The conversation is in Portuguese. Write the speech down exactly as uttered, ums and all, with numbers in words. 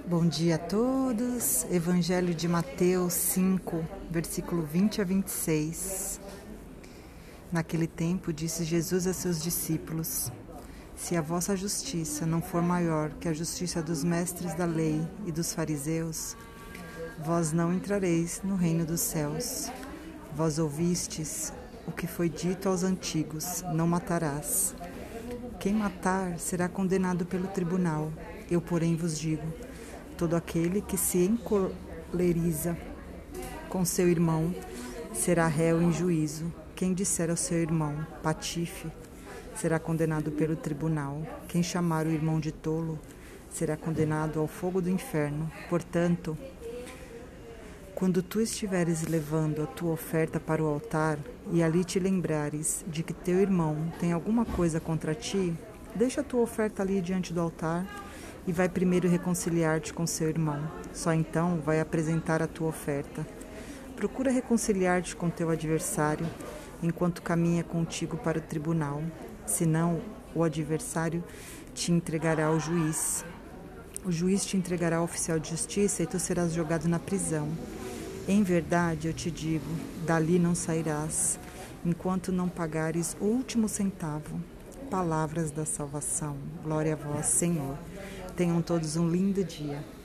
Bom dia a todos. Evangelho de Mateus cinco, versículo vinte a vinte e seis. Naquele tempo disse Jesus a seus discípulos: Se a vossa justiça não for maior que a justiça dos mestres da lei e dos fariseus, vós não entrareis no reino dos céus. Vós ouvistes o que foi dito aos antigos: não matarás. Quem matar será condenado pelo tribunal. Eu, porém, vos digo: todo aquele que se encoleriza com seu irmão será réu em juízo. Quem disser ao seu irmão, patife, será condenado pelo tribunal. Quem chamar o irmão de tolo será condenado ao fogo do inferno. Portanto, quando tu estiveres levando a tua oferta para o altar e ali te lembrares de que teu irmão tem alguma coisa contra ti, deixa a tua oferta ali diante do altar e vai primeiro reconciliar-te com seu irmão. Só então vai apresentar a tua oferta. Procura reconciliar-te com teu adversário enquanto caminha contigo para o tribunal. Senão, o adversário te entregará ao juiz. O juiz te entregará ao oficial de justiça e tu serás jogado na prisão. Em verdade, eu te digo, dali não sairás, enquanto não pagares o último centavo. Palavras da salvação. Glória a vós, Senhor. Tenham todos um lindo dia.